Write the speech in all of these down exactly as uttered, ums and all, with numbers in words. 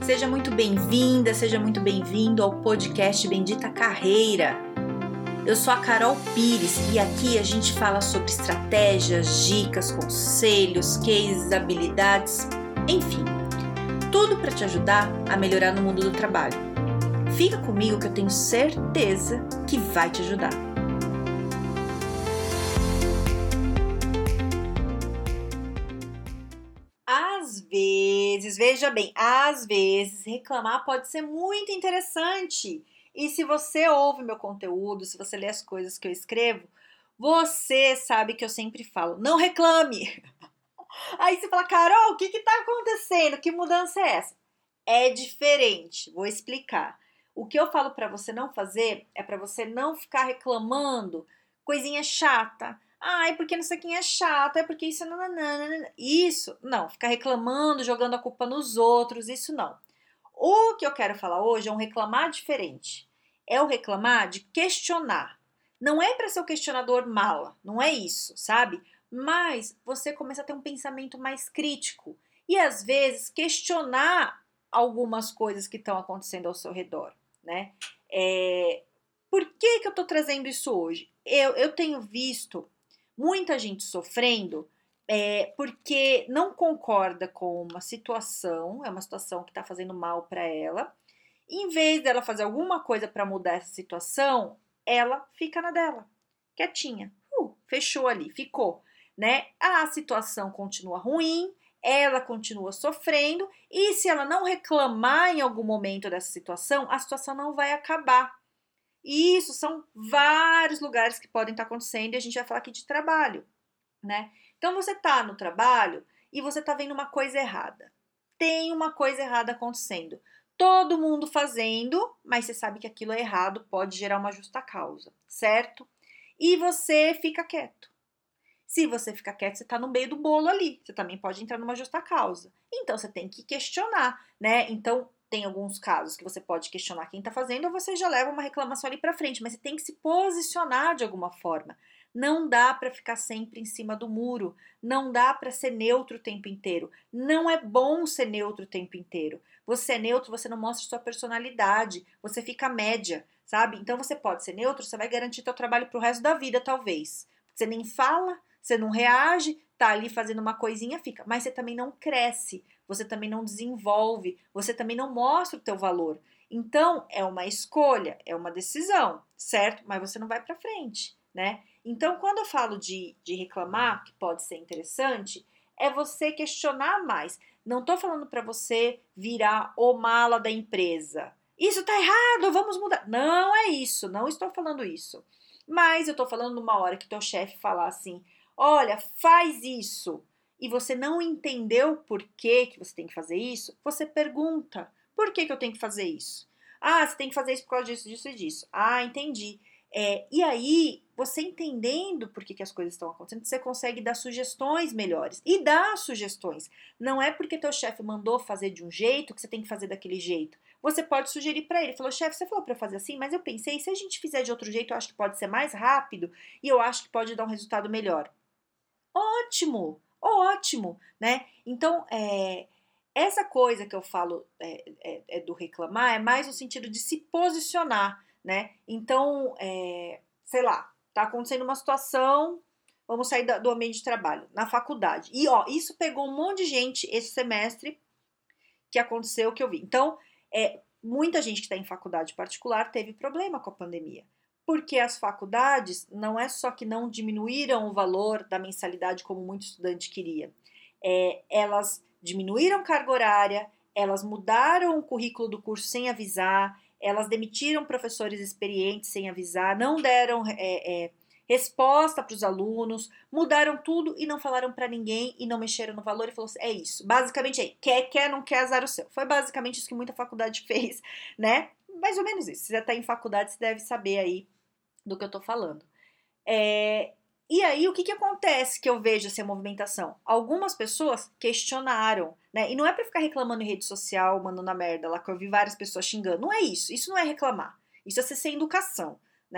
Seja muito bem-vinda, seja muito bem-vindo ao podcast Bendita Carreira. Eu sou a Carol Pires e aqui a gente fala sobre estratégias, dicas, conselhos, cases, habilidades, enfim, tudo para te ajudar a melhorar no mundo do trabalho. Fica comigo que eu tenho certeza que vai te ajudar. Às vezes, veja bem, às vezes reclamar pode ser muito interessante. E se você ouve meu conteúdo, se você lê as coisas que eu escrevo, você sabe que eu sempre falo, não reclame. Aí você fala, Carol, o que que tá acontecendo? Que mudança é essa? É diferente, vou explicar. O que eu falo para você não fazer é para você não ficar reclamando coisinha chata. Ah, é porque não sei quem é chato, é porque isso... Nananana. Isso, não. Ficar reclamando, jogando a culpa nos outros, isso não. O que eu quero falar hoje é um reclamar diferente. É o reclamar de questionar. Não é para ser o questionador mala, não é isso, sabe? Mas você começa a ter um pensamento mais crítico. E às vezes questionar algumas coisas que estão acontecendo ao seu redor, né? É... Por que que eu tô trazendo isso hoje? Eu, eu tenho visto muita gente sofrendo é, porque não concorda com uma situação, é uma situação que está fazendo mal para ela. Em vez dela fazer alguma coisa para mudar essa situação, ela fica na dela, quietinha. Uh, fechou ali, ficou, né? A situação continua ruim, ela continua sofrendo, e se ela não reclamar em algum momento dessa situação, a situação não vai acabar. E isso são vários lugares que podem estar acontecendo e a gente vai falar aqui de trabalho, né? Então você tá no trabalho e você tá vendo uma coisa errada. Tem uma coisa errada acontecendo. Todo mundo fazendo, mas você sabe que aquilo é errado, pode gerar uma justa causa, certo? E você fica quieto. Se você ficar quieto, você tá no meio do bolo ali. Você também pode entrar numa justa causa. Então você tem que questionar, né? Então tem alguns casos que você pode questionar quem tá fazendo ou você já leva uma reclamação ali pra frente, mas você tem que se posicionar de alguma forma. Não dá pra ficar sempre em cima do muro, não dá pra ser neutro o tempo inteiro. Não é bom ser neutro o tempo inteiro. Você é neutro, você não mostra sua personalidade, você fica média, sabe? Então você pode ser neutro, você vai garantir teu trabalho pro resto da vida, talvez. Você nem fala, você não reage, tá ali fazendo uma coisinha, fica. Mas você também não cresce, você também não desenvolve, você também não mostra o teu valor. Então, é uma escolha, é uma decisão, certo? Mas você não vai pra frente, né? Então, quando eu falo de, de reclamar, que pode ser interessante, é você questionar mais. Não tô falando pra você virar o mala da empresa. Isso tá errado, vamos mudar. Não é isso, não estou falando isso. Mas eu tô falando numa hora que teu chefe falar assim, olha, faz isso, e você não entendeu por que que você tem que fazer isso, você pergunta, por que que eu tenho que fazer isso? Ah, você tem que fazer isso por causa disso, disso e disso. Ah, entendi. É, e aí, você entendendo por que que as coisas estão acontecendo, você consegue dar sugestões melhores. E dar sugestões. Não é porque teu chefe mandou fazer de um jeito que você tem que fazer daquele jeito. Você pode sugerir para ele. Falou, chefe, você falou para eu fazer assim, mas eu pensei, se a gente fizer de outro jeito, eu acho que pode ser mais rápido e eu acho que pode dar um resultado melhor. Ótimo, ótimo, né? Então, é, essa coisa que eu falo é, é, é do reclamar é mais no sentido de se posicionar, né? Então, é, sei lá, tá acontecendo uma situação, vamos sair da, do ambiente de trabalho, na faculdade. E, ó, isso pegou um monte de gente esse semestre que aconteceu, que eu vi. Então, é, muita gente que está em faculdade particular teve problema com a pandemia. Porque as faculdades não é só que não diminuíram o valor da mensalidade como muito estudante queria. É, elas diminuíram carga horária, elas mudaram o currículo do curso sem avisar, elas demitiram professores experientes sem avisar, não deram é, é, resposta para os alunos, mudaram tudo e não falaram para ninguém e não mexeram no valor e falou assim, é isso. Basicamente é, quer, quer, não quer, azar o seu. Foi basicamente isso que muita faculdade fez, né? Mais ou menos isso. Se você está em faculdade, você deve saber aí do que eu tô falando. É, e aí, o que que acontece que eu vejo essa movimentação? Algumas pessoas questionaram, né? E não é pra ficar reclamando em rede social, mandando a merda lá, que eu vi várias pessoas xingando. Não é isso. Isso não é reclamar. Isso é ser sem educação, né?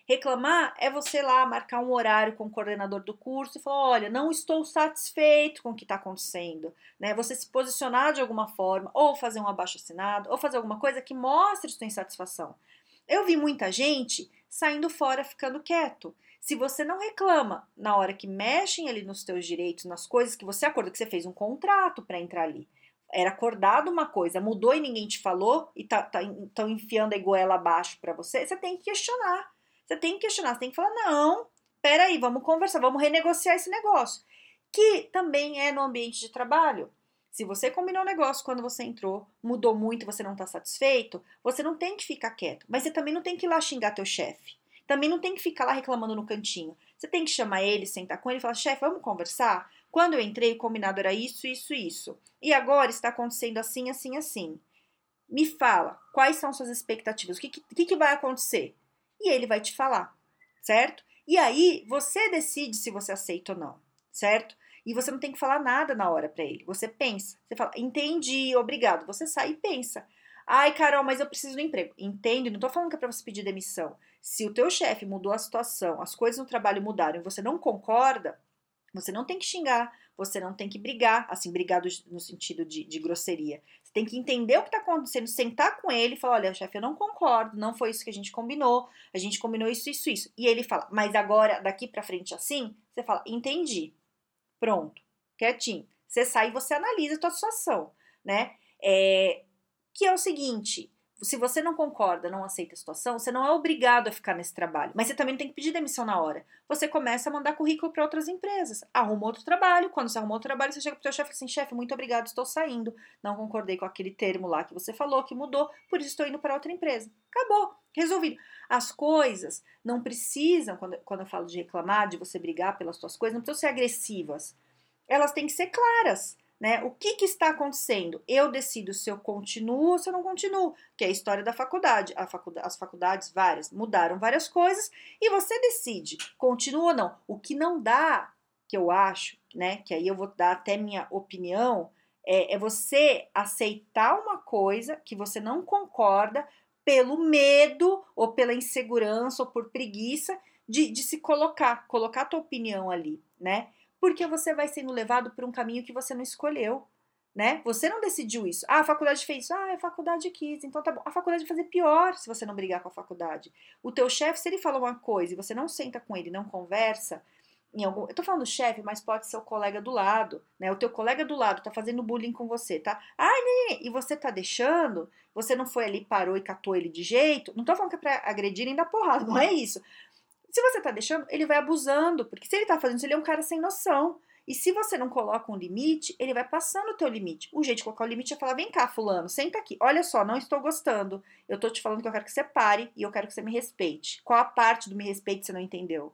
Reclamar é você lá marcar um horário com o coordenador do curso e falar, olha, não estou satisfeito com o que está acontecendo, né? Você se posicionar de alguma forma, ou fazer um abaixo-assinado, ou fazer alguma coisa que mostre sua insatisfação. Eu vi muita gente saindo fora, ficando quieto. Se você não reclama na hora que mexem ali nos teus direitos, nas coisas que você acordou, que você fez um contrato para entrar ali, era acordado uma coisa, mudou e ninguém te falou, e tá, tá, estão enfiando a goela abaixo para você, você tem que questionar. Você tem que questionar, você tem que falar, não, peraí, vamos conversar, vamos renegociar esse negócio. Que também é no ambiente de trabalho. Se você combinou um negócio quando você entrou, mudou muito, você não está satisfeito, você não tem que ficar quieto. Mas você também não tem que ir lá xingar teu chefe. Também não tem que ficar lá reclamando no cantinho. Você tem que chamar ele, sentar com ele e falar, chefe, vamos conversar? Quando eu entrei, o combinado era isso, isso, isso. E agora está acontecendo assim, assim, assim. Me fala, quais são suas expectativas? O que, que, que vai acontecer? E ele vai te falar, certo? E aí, você decide se você aceita ou não, certo? E você não tem que falar nada na hora pra ele. Você pensa, você fala, entendi, obrigado. Você sai e pensa. Ai, Carol, mas eu preciso do emprego. Entende? Não tô falando que é pra você pedir demissão. Se o teu chefe mudou a situação, as coisas no trabalho mudaram e você não concorda, você não tem que xingar, você não tem que brigar, assim, brigar do, no sentido de, de grosseria. Você tem que entender o que está acontecendo, sentar com ele e falar, olha, chefe, eu não concordo, não foi isso que a gente combinou, a gente combinou isso, isso, isso. E ele fala, mas agora, daqui pra frente assim, você fala, entendi, pronto, quietinho. Você sai e você analisa a tua situação, né? É, que é o seguinte, se você não concorda, não aceita a situação, você não é obrigado a ficar nesse trabalho, mas você também não tem que pedir demissão na hora. Você começa a mandar currículo para outras empresas, arruma outro trabalho, quando você arruma outro trabalho, você chega pro seu chefe e fala assim, chefe, muito obrigado, estou saindo, não concordei com aquele termo lá que você falou, que mudou, por isso estou indo para outra empresa. Acabou, resolvido. As coisas não precisam, quando, quando eu falo de reclamar, de você brigar pelas suas coisas, não precisam ser agressivas. Elas têm que ser claras. Né? O que, que está acontecendo? Eu decido se eu continuo ou se eu não continuo, que é a história da faculdade. A faculdade as faculdades, várias, mudaram várias coisas e você decide, continua ou não. O que não dá, que eu acho, né, que aí eu vou dar até minha opinião, é, é você aceitar uma coisa que você não concorda pelo medo ou pela insegurança ou por preguiça de, de se colocar, colocar a tua opinião ali, né? Porque você vai sendo levado por um caminho que você não escolheu, né? Você não decidiu isso. Ah, a faculdade fez isso. Ah, a faculdade quis, então tá bom. A faculdade vai fazer pior se você não brigar com a faculdade. O teu chefe, se ele fala uma coisa e você não senta com ele, não conversa, em algum... eu tô falando chefe, mas pode ser o colega do lado, né? O teu colega do lado tá fazendo bullying com você, tá? Ai, né? E você tá deixando, você não foi ali, parou e catou ele de jeito. Não tô falando que é pra agredir nem dar porrada, não é isso. Se você tá deixando, ele vai abusando, porque se ele tá fazendo isso, ele é um cara sem noção. E se você não coloca um limite, ele vai passando o teu limite. O jeito de colocar o limite é falar, vem cá, fulano, senta aqui. Olha só, não estou gostando. Eu tô te falando que eu quero que você pare e eu quero que você me respeite. Qual a parte do me respeite você não entendeu?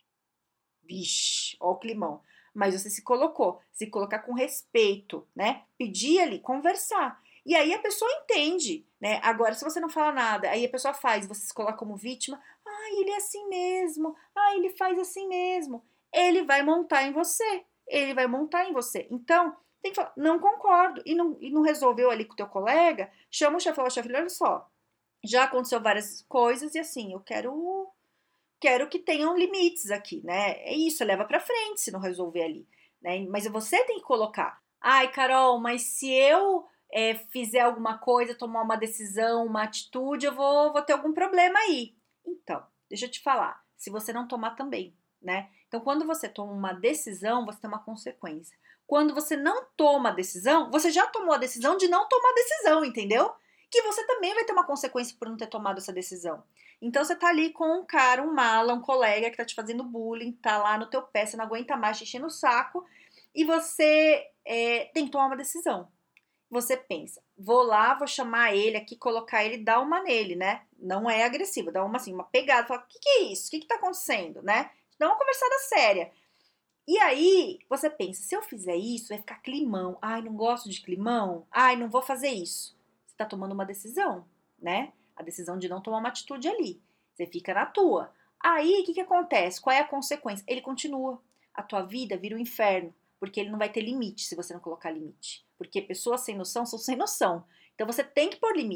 Vixe, ó o climão. Mas você se colocou, se colocar com respeito, né? Pedir ali, conversar. E aí a pessoa entende, né? Agora, se você não fala nada, aí a pessoa faz, você se coloca como vítima, ah, ele é assim mesmo, ah, ele faz assim mesmo. Ele vai montar em você, ele vai montar em você. Então, tem que falar, não concordo, e não, e não resolveu ali com o teu colega, chama o chefe e fala, chefe, olha só, já aconteceu várias coisas e assim, eu quero quero que tenham limites aqui, né? É isso, leva pra frente se não resolver ali, né? Mas você tem que colocar. Ai, Carol, mas se eu é, fizer alguma coisa, tomar uma decisão, uma atitude, eu vou, vou ter algum problema aí. Então, deixa eu te falar. Se você não tomar também, né? Então, quando você toma uma decisão, você tem uma consequência. Quando você não toma a decisão, você já tomou a decisão de não tomar a decisão, entendeu? Que você também vai ter uma consequência por não ter tomado essa decisão. Então você tá ali com um cara, um mala, um colega que tá te fazendo bullying, tá lá no teu pé, você não aguenta mais, te enchendo o saco, e você é, tem que tomar uma decisão. Você pensa, vou lá, vou chamar ele aqui, colocar ele, dar uma nele, né? Não é agressivo, dá uma assim, uma pegada, fala, o que, que é isso? O que, que tá acontecendo, né? Dá uma conversada séria. E aí, você pensa, se eu fizer isso, vai ficar climão. Ai, não gosto de climão. Ai, não vou fazer isso. Você tá tomando uma decisão, né? A decisão de não tomar uma atitude ali. Você fica na tua. Aí, o que que acontece? Qual é a consequência? Ele continua. A tua vida vira um inferno, porque ele não vai ter limite se você não colocar limite. Porque pessoas sem noção são sem noção. Então, você tem que pôr limite.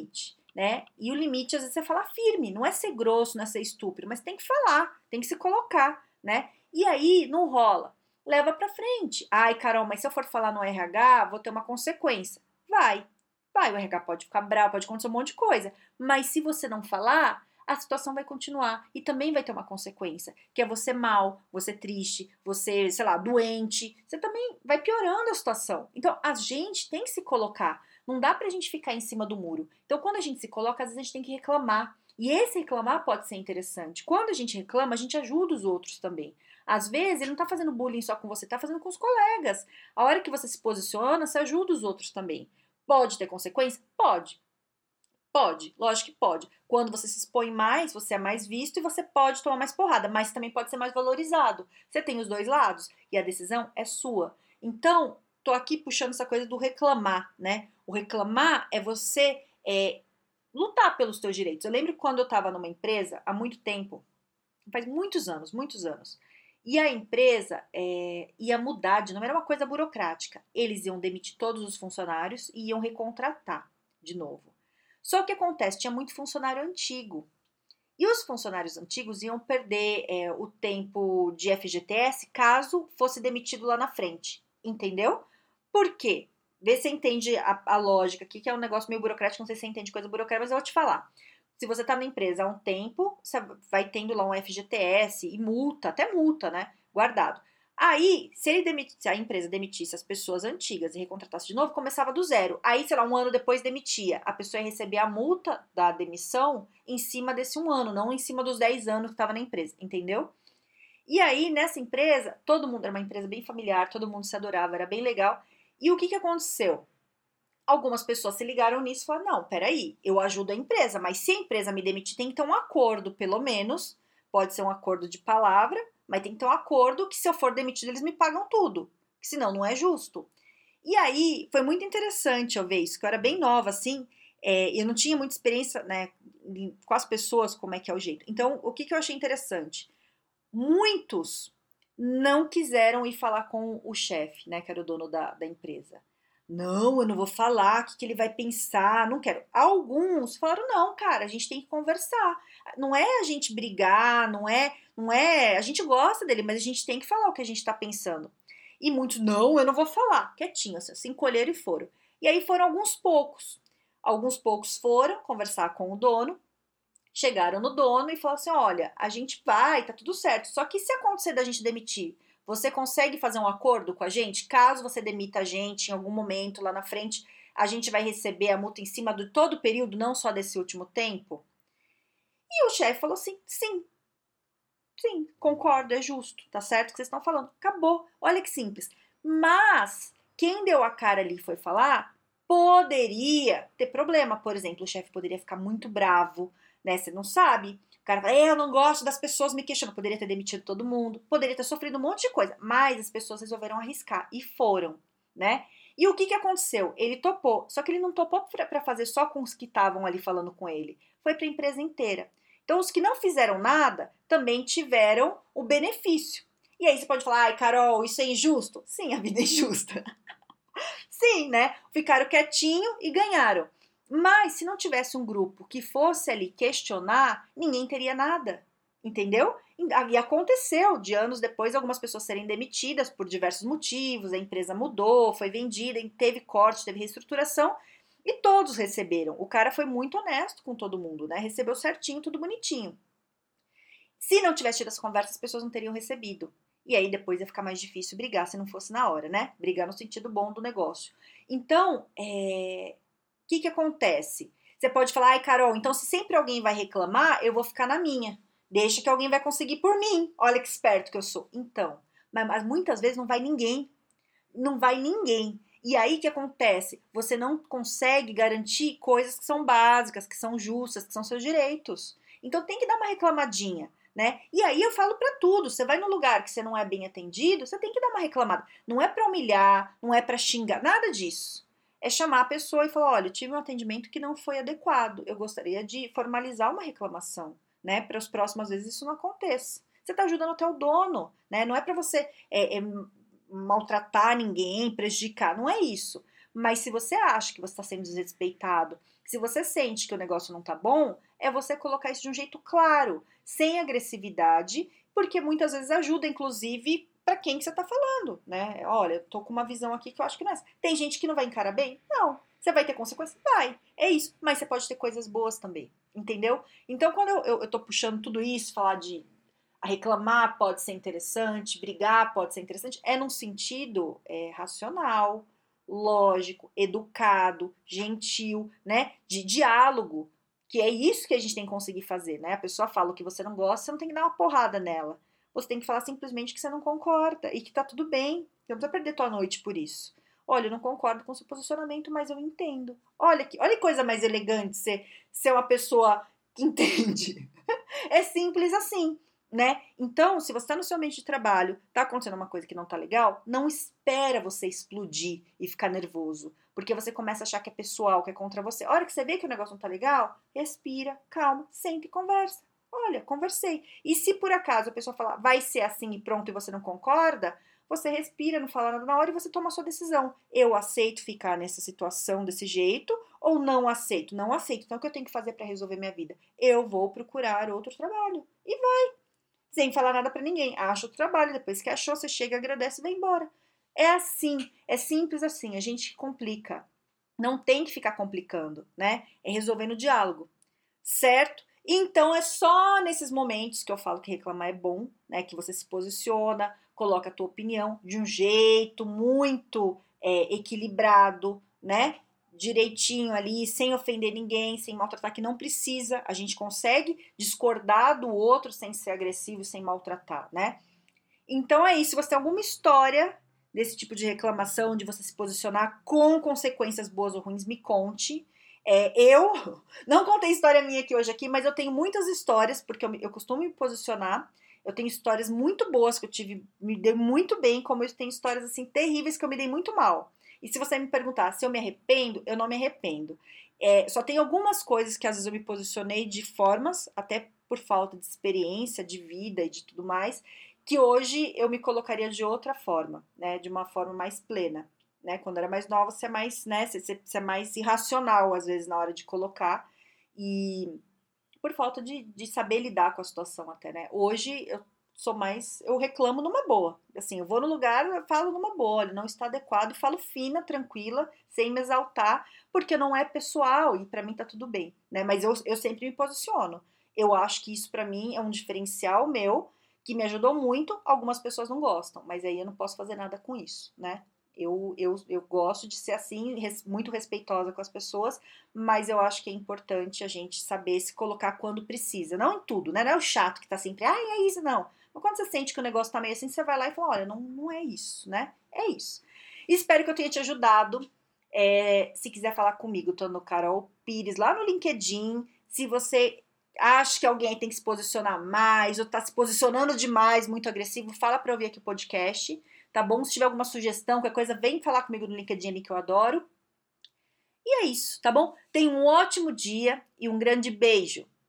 né? E o limite, às vezes, é falar firme, não é ser grosso, não é ser estúpido, mas tem que falar, tem que se colocar, né? E aí, não rola. Leva pra frente. Ai, Carol, mas se eu for falar no R H, vou ter uma consequência. Vai, vai, o R H pode ficar bravo, pode acontecer um monte de coisa. Mas se você não falar, a situação vai continuar e também vai ter uma consequência, que é você mal, você triste, você, sei lá, doente. Você também vai piorando a situação. Então, a gente tem que se colocar. Não dá pra gente ficar em cima do muro. Então, quando a gente se coloca, às vezes a gente tem que reclamar. E esse reclamar pode ser interessante. Quando a gente reclama, a gente ajuda os outros também. Às vezes, ele não tá fazendo bullying só com você, tá fazendo com os colegas. A hora que você se posiciona, você ajuda os outros também. Pode ter consequência? Pode. Pode, lógico que pode. Quando você se expõe mais, você é mais visto e você pode tomar mais porrada, mas também pode ser mais valorizado. Você tem os dois lados e a decisão é sua. Então, tô aqui puxando essa coisa do reclamar, né? O reclamar é você é, lutar pelos teus direitos. Eu lembro quando eu estava numa empresa há muito tempo, faz muitos anos, muitos anos. E a empresa é, ia mudar de nome, era uma coisa burocrática. Eles iam demitir todos os funcionários e iam recontratar de novo. Só que acontece, tinha muito funcionário antigo. E os funcionários antigos iam perder é, o tempo de F G T S caso fosse demitido lá na frente. Entendeu? Por quê? Vê se você entende a, a lógica aqui, que é um negócio meio burocrático, não sei se você entende coisa burocrática, mas eu vou te falar. Se você está na empresa há um tempo, você vai tendo lá um F G T S e multa, até multa, né? Guardado. Aí, se, ele demiti, se a empresa demitisse as pessoas antigas e recontratasse de novo, começava do zero. Aí, sei lá, um ano depois demitia. A pessoa ia receber a multa da demissão em cima desse um ano, não em cima dos dez anos que estava na empresa, entendeu? E aí, nessa empresa, todo mundo, era uma empresa bem familiar, todo mundo se adorava, era bem legal. E o que, que aconteceu? Algumas pessoas se ligaram nisso e falaram, não, peraí, eu ajudo a empresa, mas se a empresa me demitir, tem que ter um acordo, pelo menos, pode ser um acordo de palavra, mas tem que ter um acordo que se eu for demitido, eles me pagam tudo, que senão não é justo. E aí, foi muito interessante eu ver isso, que eu era bem nova, assim, é, eu não tinha muita experiência, né, com as pessoas, como é que é o jeito. Então, o que, que eu achei interessante? Muitos não quiseram ir falar com o chefe, né, que era o dono da, da empresa. Não, eu não vou falar, o que, que ele vai pensar, não quero. Alguns falaram, não, cara, a gente tem que conversar. Não é a gente brigar, não é, não é, a gente gosta dele, mas a gente tem que falar o que a gente tá pensando. E muitos, não, eu não vou falar, quietinho, assim, se encolheram e foram. E aí foram alguns poucos. Alguns poucos foram conversar com o dono, chegaram no dono e falaram assim, olha, a gente vai, tá tudo certo, só que se acontecer da gente demitir, você consegue fazer um acordo com a gente? Caso você demita a gente em algum momento lá na frente, a gente vai receber a multa em cima de todo o período, não só desse último tempo? E o chefe falou assim, sim, sim, concordo, é justo, tá certo o que vocês estão falando. Acabou, olha que simples. Mas, quem deu a cara ali e foi falar, poderia ter problema. Por exemplo, o chefe poderia ficar muito bravo, né? Você não sabe. O cara fala, eu não gosto das pessoas me questionando. Poderia ter demitido todo mundo, poderia ter sofrido um monte de coisa. Mas as pessoas resolveram arriscar e foram, né? E o que, que aconteceu? Ele topou, só que ele não topou para fazer só com os que estavam ali falando com ele. Foi para a empresa inteira. Então, os que não fizeram nada também tiveram o benefício. E aí você pode falar, ai, Carol, isso é injusto? Sim, a vida é injusta. Sim, né? Ficaram quietinho e ganharam. Mas se não tivesse um grupo que fosse ali questionar, ninguém teria nada. Entendeu? E aconteceu de anos depois algumas pessoas serem demitidas por diversos motivos, a empresa mudou, foi vendida, teve corte, teve reestruturação e todos receberam. O cara foi muito honesto com todo mundo, né? Recebeu certinho, tudo bonitinho. Se não tivesse tido essa conversa, as pessoas não teriam recebido. E aí depois ia ficar mais difícil brigar se não fosse na hora, né? Brigar no sentido bom do negócio. Então, é... o que que acontece? Você pode falar, ai, Carol, então se sempre alguém vai reclamar, eu vou ficar na minha. Deixa que alguém vai conseguir por mim. Olha que esperto que eu sou. Então, mas, mas muitas vezes não vai ninguém. Não vai ninguém. E aí o que acontece? Você não consegue garantir coisas que são básicas, que são justas, que são seus direitos. Então tem que dar uma reclamadinha, né? E aí eu falo pra tudo. Você vai num lugar que você não é bem atendido, você tem que dar uma reclamada. Não é pra humilhar, não é pra xingar, nada disso. É chamar a pessoa e falar, olha, eu tive um atendimento que não foi adequado. Eu gostaria de formalizar uma reclamação, né? Para as próximas vezes isso não aconteça. Você está ajudando até o dono, né? Não é para você é, é, maltratar ninguém, prejudicar, não é isso. Mas se você acha que você está sendo desrespeitado, se você sente que o negócio não tá bom, é você colocar isso de um jeito claro, sem agressividade, porque muitas vezes ajuda, inclusive, para quem que você tá falando, né? Olha, eu tô com uma visão aqui que eu acho que não é essa. Tem gente que não vai encarar bem? Não. Você vai ter consequência? Vai. É isso. Mas você pode ter coisas boas também, entendeu? Então, quando eu, eu, eu tô puxando tudo isso, falar de a reclamar pode ser interessante, brigar pode ser interessante, é num sentido é, racional, lógico, educado, gentil, né? De diálogo, que é isso que a gente tem que conseguir fazer, né? A pessoa fala o que você não gosta, você não tem que dar uma porrada nela. Você tem que falar simplesmente que você não concorda e que tá tudo bem. Você não precisa perder tua noite por isso. Olha, eu não concordo com o seu posicionamento, mas eu entendo. Olha que, olha que coisa mais elegante ser, ser uma pessoa que entende. É simples assim, né? Então, se você está no seu ambiente de trabalho, tá acontecendo uma coisa que não tá legal, não espera você explodir e ficar nervoso, porque você começa a achar que é pessoal, que é contra você. A hora que você vê que o negócio não tá legal, respira, calma, senta e conversa. Olha, conversei. E se por acaso a pessoa falar, vai ser assim e pronto, e você não concorda, você respira, não fala nada na hora e você toma a sua decisão. Eu aceito ficar nessa situação desse jeito ou não aceito? Não aceito. Então, o que eu tenho que fazer para resolver minha vida? Eu vou procurar outro trabalho. E vai. Sem falar nada para ninguém. Acha outro trabalho. Depois que achou, você chega, agradece e vai embora. É assim. É simples assim. A gente complica. Não tem que ficar complicando, né? É resolver no diálogo. Certo? Então, é só nesses momentos que eu falo que reclamar é bom, né? Que você se posiciona, coloca a tua opinião de um jeito muito é, equilibrado, né? Direitinho ali, sem ofender ninguém, sem maltratar, que não precisa. A gente consegue discordar do outro sem ser agressivo, sem maltratar, né? Então é isso. Se você tem alguma história desse tipo de reclamação, de você se posicionar com consequências boas ou ruins, me conte. É, eu não contei história minha aqui hoje aqui, mas eu tenho muitas histórias, porque eu, eu costumo me posicionar. Eu tenho histórias muito boas que eu tive, me dei muito bem, como eu tenho histórias assim terríveis que eu me dei muito mal. E se você me perguntar se eu me arrependo, eu não me arrependo. É, só tem algumas coisas que às vezes eu me posicionei de formas, até por falta de experiência, de vida e de tudo mais, que hoje eu me colocaria de outra forma, né? De uma forma mais plena. Né? Quando era mais nova, você é mais, né? Você, você é mais irracional, às vezes, na hora de colocar. E por falta de, de saber lidar com a situação até, né? Hoje eu sou mais, eu reclamo numa boa. Assim, eu vou no lugar, eu falo numa boa, ele não está adequado e falo fina, tranquila, sem me exaltar, porque não é pessoal e pra mim tá tudo bem, né? Mas eu, eu sempre me posiciono. Eu acho que isso pra mim é um diferencial meu, que me ajudou muito. Algumas pessoas não gostam, mas aí eu não posso fazer nada com isso, né? Eu, eu, eu gosto de ser assim, res, muito respeitosa com as pessoas, mas eu acho que é importante a gente saber se colocar quando precisa. Não em tudo, né? Não é o chato que tá sempre, ai, é isso, não. Mas quando você sente que o negócio tá meio assim, você vai lá e fala, olha, não, não é isso, né? É isso. Espero que eu tenha te ajudado. É, se quiser falar comigo, tô no Carol Pires, lá no LinkedIn. Se você acha que alguém tem que se posicionar mais, ou tá se posicionando demais, muito agressivo, fala pra eu ouvir aqui o podcast. Tá bom? Se tiver alguma sugestão, qualquer coisa, vem falar comigo no LinkedIn ali que eu adoro. E é isso, tá bom? Tenha um ótimo dia e um grande beijo.